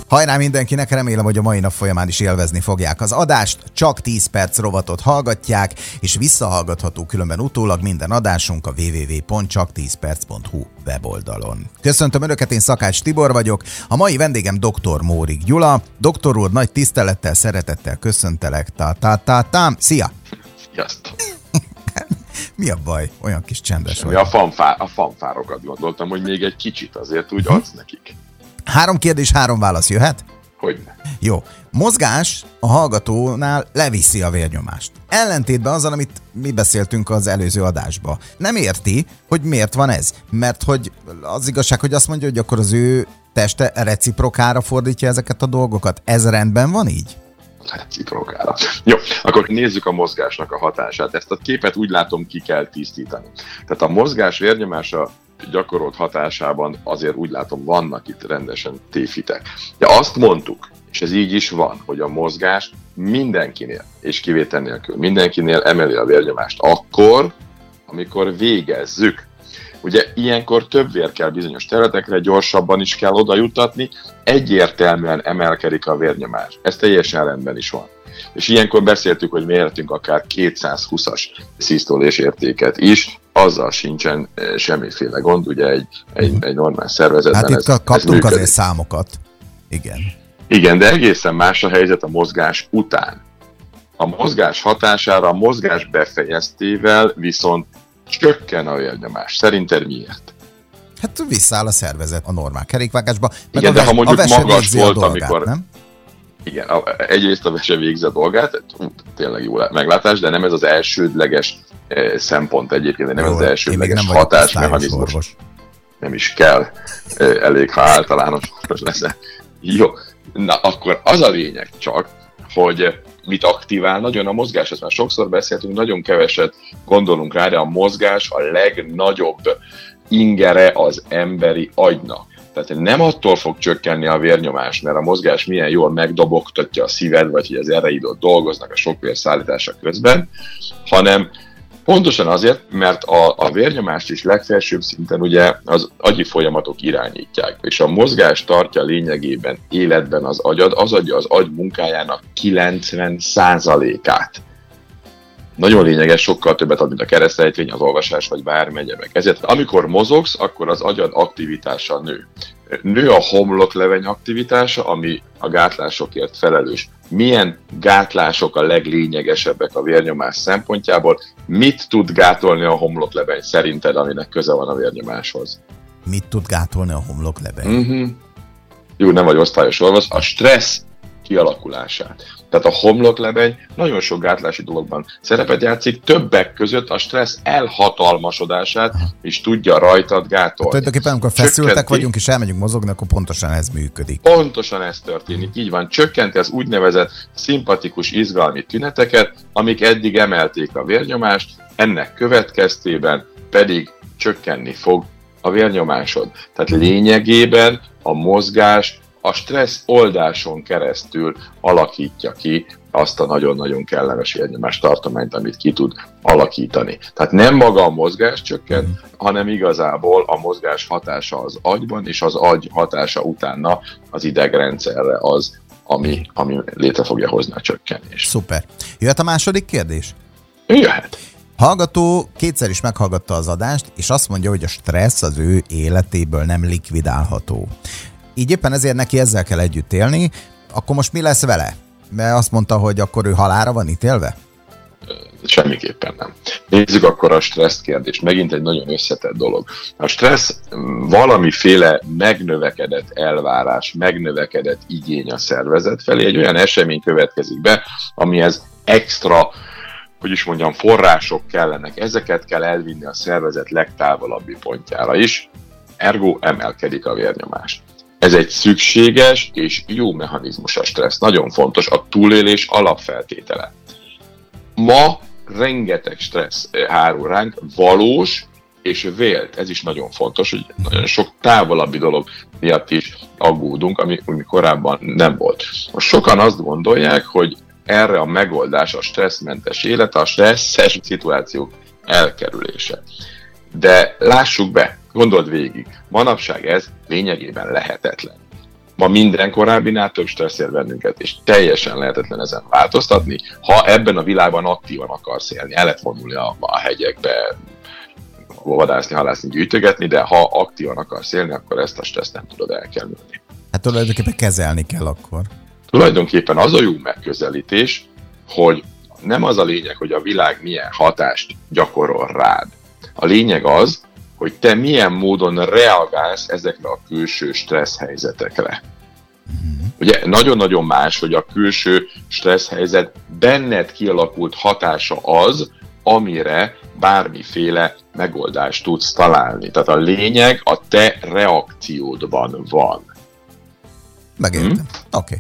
Hajrá mindenkinek, remélem, hogy a mai nap folyamán is élvezni fogják az adást. Csak 10 perc rovatot hallgatják, és visszahallgatható különben utólag minden adásunk a www.csak10perc.hu weboldalon. Köszöntöm Önöket, én Szakács Tibor vagyok, a mai vendégem dr. Mórik Gyula. Doktor úr, nagy tisztelettel, szeretettel köszöntelek. Szia! Sziasztok! Mi a baj? Olyan kis csendes vagy. A fanfárokat gondoltam, hogy még egy kicsit azért úgy adsz nekik. 3 kérdés, 3 válasz jöhet? Hogyne. Jó. Mozgás a hallgatónál leviszi a vérnyomást. Ellentétben azzal, amit mi beszéltünk az előző adásba. Nem érti, hogy miért van ez. Mert hogy az igazság, hogy azt mondja, hogy akkor az ő teste reciprokára fordítja ezeket a dolgokat. Ez rendben van így? Reciprokára. Jó, akkor nézzük a mozgásnak a hatását. Ezt a képet úgy látom, ki kell tisztítani. Tehát a mozgás vérnyomása gyakorolt hatásában azért úgy látom, vannak itt rendesen tévhitek. De azt mondtuk, és ez így is van, hogy a mozgás mindenkinél, és kivétel nélkül mindenkinél emeli a vérnyomást akkor, amikor végezzük. Ugye ilyenkor több vér kell bizonyos területekre, gyorsabban is kell oda juttatni, egyértelműen emelkedik a vérnyomás. Ez teljesen rendben is van. És ilyenkor beszéltük, hogy mérhetünk akár 220-as szisztolés értéket is, azzal sincsen semmiféle gond, ugye egy normál szervezetben. Hát itt kaptunk azért számokat. Igen. Igen, de egészen más a helyzet a mozgás után. A mozgás hatására, a mozgás befejeztével viszont csökken a vérnyomás. Szerinted miért? Hát visszáll a szervezet a normál kerékvágásba. Igen, de ha mondjuk magas volt, amikor... Nem? Igen, egyrészt a vese végzi a dolgát, tényleg jó meglátás, de nem ez az elsődleges szempont egyébként, nem ez az elsődleges hatásmechanizmus. Nem is kell, elég, ha általános lesz. Jó, na akkor az a lényeg csak, hogy mit aktivál nagyon a mozgás, ezt már sokszor beszéltünk, nagyon keveset gondolunk rá, de a mozgás a legnagyobb ingere az emberi agynak. Tehát nem attól fog csökkenni a vérnyomás, mert a mozgás milyen jól megdobogtatja a szíved, vagy hogy az ereid ott dolgoznak a sok vér szállítása közben, hanem pontosan azért, mert a vérnyomást is legfelsőbb szinten ugye az agyi folyamatok irányítják, és a mozgás tartja lényegében életben az agyad, az adja az agy munkájának 90%-át. Nagyon lényeges, sokkal többet ad, mint a keresztrejtvény, az olvasás, vagy bármi egyebek. Ezért amikor mozogsz, akkor az agyad aktivitása nő. Nő a homlokleveny aktivitása, ami a gátlásokért felelős. Milyen gátlások a leglényegesebbek a vérnyomás szempontjából? Mit tud gátolni a homlokleveny szerinted, aminek köze van a vérnyomáshoz? Mit tud gátolni a homlokleveny? Jó, nem vagy osztályos olvas. A stressz kialakulását. Tehát a homlokleveny nagyon sok gátlási dologban szerepet játszik, többek között a stressz elhatalmasodását is tudja rajtad gátolni. Hát, tulajdonképpen amikor feszültek vagyunk és elmegyünk mozogni, akkor pontosan ez működik. Pontosan ez történik, így van. Csökkenti az úgynevezett szimpatikus izgalmi tüneteket, amik eddig emelték a vérnyomást, ennek következtében pedig csökkenni fog a vérnyomásod. Tehát lényegében a mozgás a stressz oldáson keresztül alakítja ki azt a nagyon-nagyon kellemes vérnyomás tartományt, amit ki tud alakítani. Tehát nem maga a mozgás csökken, hanem igazából a mozgás hatása az agyban, és az agy hatása utána az idegrendszerre az, ami létre fogja hozni a csökkenést. Szuper. Jöhet a második kérdés? Jöhet. Hallgató kétszer is meghallgatta az adást, és azt mondja, hogy a stressz az ő életéből nem likvidálható. Így éppen ezért neki ezzel kell együtt élni, akkor most mi lesz vele? Mert azt mondta, hogy akkor ő halálra van ítélve? Semmiképpen nem. Nézzük akkor a stressz kérdést. Megint egy nagyon összetett dolog. A stressz valamiféle megnövekedett elvárás, megnövekedett igény a szervezet felé. Egy olyan esemény következik be, amihez extra, hogy is mondjam, források kellenek. Ezeket kell elvinni a szervezet legtávolabbi pontjára is. Ergo emelkedik a vérnyomás. Ez egy szükséges és jó mechanizmus a stressz. Nagyon fontos, a túlélés alapfeltétele. Ma rengeteg stressz hárul ránk, valós és vélt. Ez is nagyon fontos, hogy nagyon sok távolabbi dolog miatt is aggódunk, ami korábban nem volt. Most sokan azt gondolják, hogy erre a megoldás a stresszmentes élet, a stresszes szituációk elkerülése. De lássuk be, gondold végig, manapság ez lényegében lehetetlen. Ma minden korábbinál több stressz ér bennünket, és teljesen lehetetlen ezen változtatni, ha ebben a világban aktívan akarsz élni. El lehet vonulni a hegyekbe, vadászni, halászni, gyűjtögetni, de ha aktívan akarsz élni, akkor ezt a stresszt nem tudod elkerülni. Hát tulajdonképpen kezelni kell akkor. Tulajdonképpen az a jó megközelítés, hogy nem az a lényeg, hogy a világ milyen hatást gyakorol rád. A lényeg az, hogy te milyen módon reagálsz ezekre a külső stressz helyzetekre. Ugye nagyon-nagyon más, hogy a külső stressz helyzet benned kialakult hatása az, amire bármiféle megoldást tudsz találni. Tehát a lényeg a te reakciódban van. Megértem. Oké.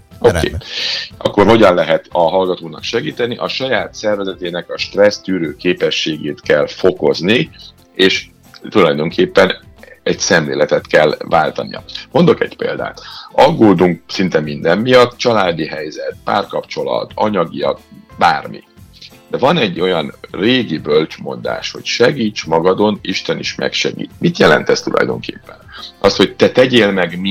Akkor hogyan lehet a hallgatónak segíteni? A saját szervezetének a stressztűrő képességét kell fokozni, és tulajdonképpen egy szemléletet kell váltania. Mondok egy példát. Aggódunk szinte minden miatt, családi helyzet, párkapcsolat, anyagiak, bármi. De van egy olyan régi bölcsmondás, hogy segíts magadon, Isten is megsegít. Mit jelent ez tulajdonképpen? Az, hogy te tegyél meg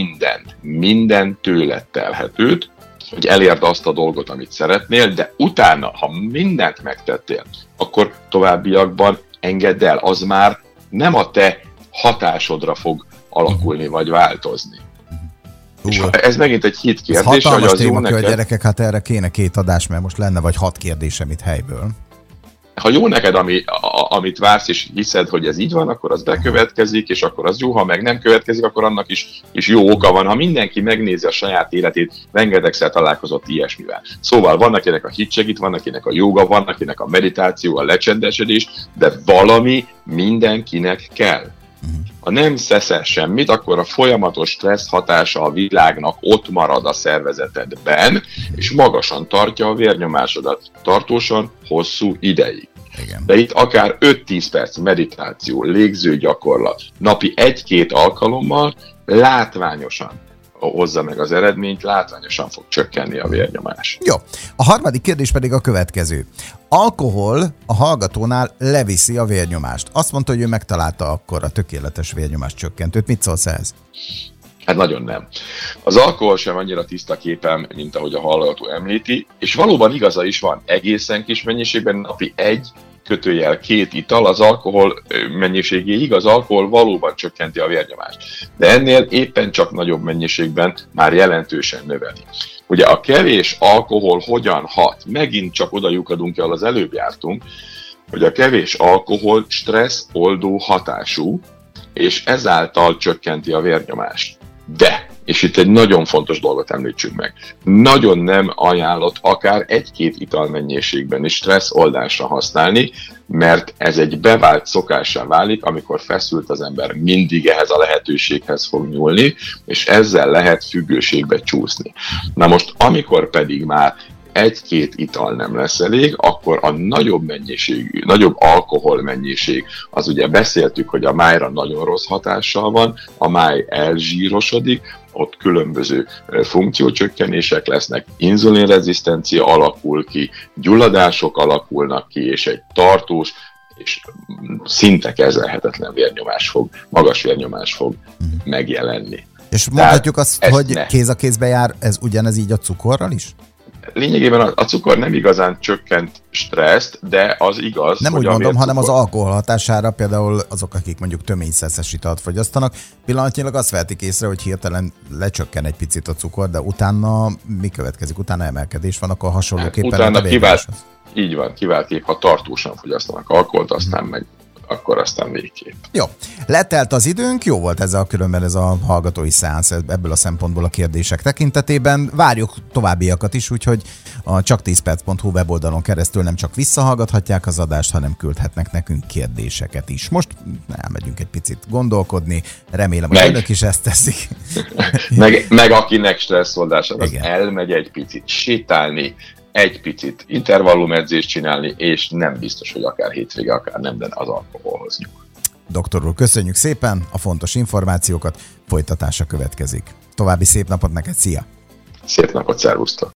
minden tőled telhetőt, hogy elérd azt a dolgot, amit szeretnél, de utána, ha mindent megtettél, akkor továbbiakban engedd el. Az már nem a te hatásodra fog alakulni, vagy változni. És ez megint egy hit kérdés. Ez hatalmas témakör, gyerekek, hát erre kéne 2 adás, mert most lenne vagy 6 kérdésem itt helyből. Ha jó neked, amit vársz, és hiszed, hogy ez így van, akkor az bekövetkezik, és akkor az jó, ha meg nem következik, akkor annak is jó oka van. Ha mindenki megnézi a saját életét, rengetegszer találkozott ilyesmivel. Szóval van, akinek a hit segít, van, akinek a jóga, van, akinek a meditáció, a lecsendesedés, de valami mindenkinek kell. Ha nem szeszel semmit, akkor a folyamatos stressz hatása a világnak ott marad a szervezetedben, és magasan tartja a vérnyomásodat, tartósan, hosszú ideig. Igen. De itt akár 5-10 perc meditáció, légzőgyakorlat, napi 1-2 alkalommal látványosan hozza meg az eredményt, látványosan fog csökkenni a vérnyomás. Jó. A harmadik kérdés pedig a következő. Alkohol a hallgatónál leviszi a vérnyomást. Azt mondta, hogy ő megtalálta akkor a tökéletes vérnyomás csökkentőt. Mit szólsz ehhez? Hát nagyon nem. Az alkohol sem annyira tiszta képen, mint ahogy a hallgató említi, és valóban igaza is van. Egészen kis mennyiségben napi 1-2 ital, az alkohol mennyiségéig az alkohol valóban csökkenti a vérnyomást. De ennél éppen csak nagyobb mennyiségben már jelentősen növeli. Ugye a kevés alkohol hogyan hat? Megint csak oda lyukadunk, ahol az előbb jártunk, hogy a kevés alkohol stresszoldó hatású, és ezáltal csökkenti a vérnyomást. De, és itt egy nagyon fontos dolgot említsünk meg, nagyon nem ajánlott akár 1-2 ital mennyiségben is stresszoldásra használni, mert ez egy bevált szokássá válik, amikor feszült az ember, mindig ehhez a lehetőséghez fog nyúlni, és ezzel lehet függőségbe csúszni. Na most, amikor pedig már 1-2 ital nem lesz elég, akkor a nagyobb mennyiségű, nagyobb alkohol mennyiség, az ugye beszéltük, hogy a májra nagyon rossz hatással van, a máj elzsírosodik, ott különböző funkciócsökkenések lesznek, inzulinrezisztencia alakul ki, gyulladások alakulnak ki, és egy tartós és szinte kezelhetetlen magas vérnyomás fog megjelenni. És mondhatjuk azt, hogy kéz a kézbe jár, ez ugyanez így a cukorral is? Lényegében a cukor nem igazán csökkent stresszt, de az igaz, nem hogy úgy mondom, hanem az alkohol hatására, például azok, akik mondjuk töményszeszes italt fogyasztanak, pillanatnyilag azt vehetik észre, hogy hirtelen lecsökken egy picit a cukor, de utána mi következik? Utána emelkedés van, akkor hasonlóképpen utána így van, kiváltképp, ha tartósan fogyasztanak alkoholt, aztán végképp. Jó, letelt az időnk, jó volt különben ez a hallgatói szeánsz ebből a szempontból a kérdések tekintetében. Várjuk továbbiakat is, úgyhogy a csak10perc.hu weboldalon keresztül nem csak visszahallgathatják az adást, hanem küldhetnek nekünk kérdéseket is. Most elmegyünk egy picit gondolkodni, remélem, hogy önök is ezt teszik. meg akinek stresszoldás, az elmegy egy picit sétálni, egy picit intervallumedzést csinálni, és nem biztos, hogy akár hétvége, akár nem, de az alkoholhoz nyúl. Doktor úr, köszönjük szépen a fontos információkat, folytatása következik. További szép napot neked, szia! Szép napot, szervusztok!